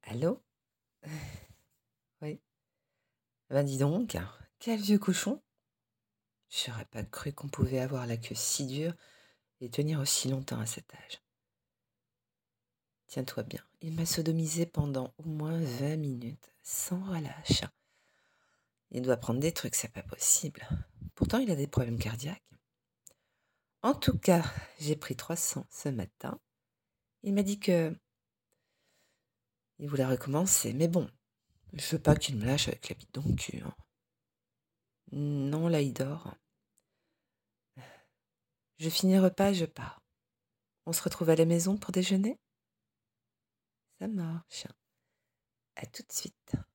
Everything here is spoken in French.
Allô? Oui. Ben dis donc, quel vieux cochon! J'aurais pas cru qu'on pouvait avoir la queue si dure et tenir aussi longtemps à cet âge. Tiens-toi bien, il m'a sodomisé pendant au moins 20 minutes, sans relâche. Il doit prendre des trucs, c'est pas possible. Pourtant, il a des problèmes cardiaques. En tout cas, j'ai pris 300 ce matin. Il m'a dit que il voulait recommencer, mais bon, je veux pas qu'il me lâche avec la bite dans le cul, hein. Non, là, il dort. Je finis le repas et je pars. On se retrouve à la maison pour déjeuner? Ça marche. À tout de suite.